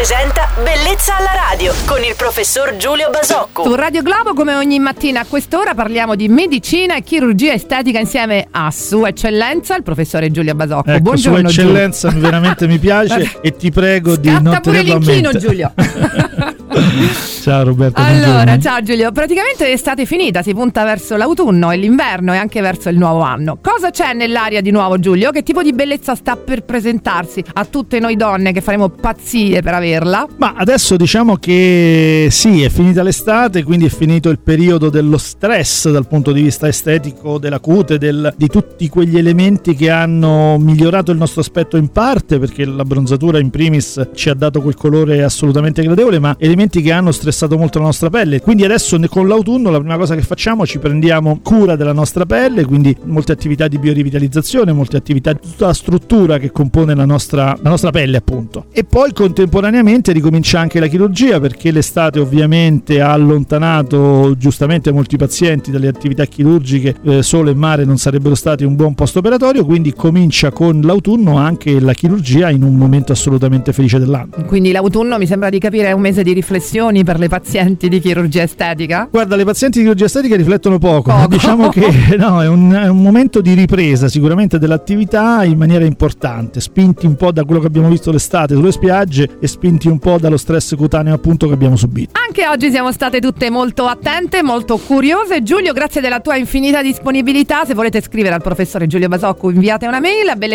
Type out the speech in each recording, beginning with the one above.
presenta Bellezza alla radio con il professor Giulio Basocco. Su Radio Globo, come ogni mattina a quest'ora, parliamo di medicina e chirurgia estetica insieme a Sua Eccellenza, il professore Giulio Basocco. Ecco, buongiorno, Sua Eccellenza, veramente mi piace e ti prego di non tenerlo a mente. Scatta pure l'inchino, Giulio. Ciao Roberto. Allora, buongiorno. ciao Giulio. Praticamente l'estate è finita, si punta verso l'autunno e l'inverno e anche verso il nuovo anno. Cosa c'è nell'aria di nuovo, Giulio? Che tipo di bellezza sta per presentarsi a tutte noi donne che faremo pazzie per averla? Ma adesso diciamo che sì, è finita l'estate, quindi è finito il periodo dello stress dal punto di vista estetico, della cute, di tutti quegli elementi che hanno migliorato il nostro aspetto in parte, perché l'abbronzatura in primis ci ha dato quel colore assolutamente gradevole, ma elementi che hanno stressato molto la nostra pelle. Quindi adesso con l'autunno la prima cosa che facciamo, ci prendiamo cura della nostra pelle, quindi molte attività di biorivitalizzazione, molte attività di tutta la struttura che compone la nostra pelle, appunto. E poi contemporaneamente ricomincia anche la chirurgia, perché l'estate ovviamente ha allontanato giustamente molti pazienti dalle attività chirurgiche. Sole e mare non sarebbero stati un buon post operatorio, quindi comincia con l'autunno anche la chirurgia in un momento assolutamente felice dell'anno. Quindi l'autunno, mi sembra di capire, è un mese di riflessioni per le pazienti di chirurgia estetica? Guarda, le pazienti di chirurgia estetica riflettono poco. Diciamo che no, è un momento di ripresa sicuramente dell'attività in maniera importante, spinti un po' da quello che abbiamo visto l'estate sulle spiagge e spinti un po' dallo stress cutaneo appunto che abbiamo subito. Anche oggi siamo state tutte molto attente, molto curiose. Giulio, grazie della tua infinita disponibilità. Se volete scrivere al professore Giulio Basocco, inviate una mail a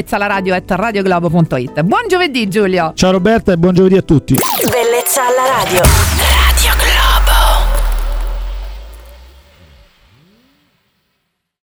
bellezzalaradio@radioglobo.it. Buon giovedì, Giulio. Ciao Roberta e buon giovedì a tutti. Bellezza alla radio.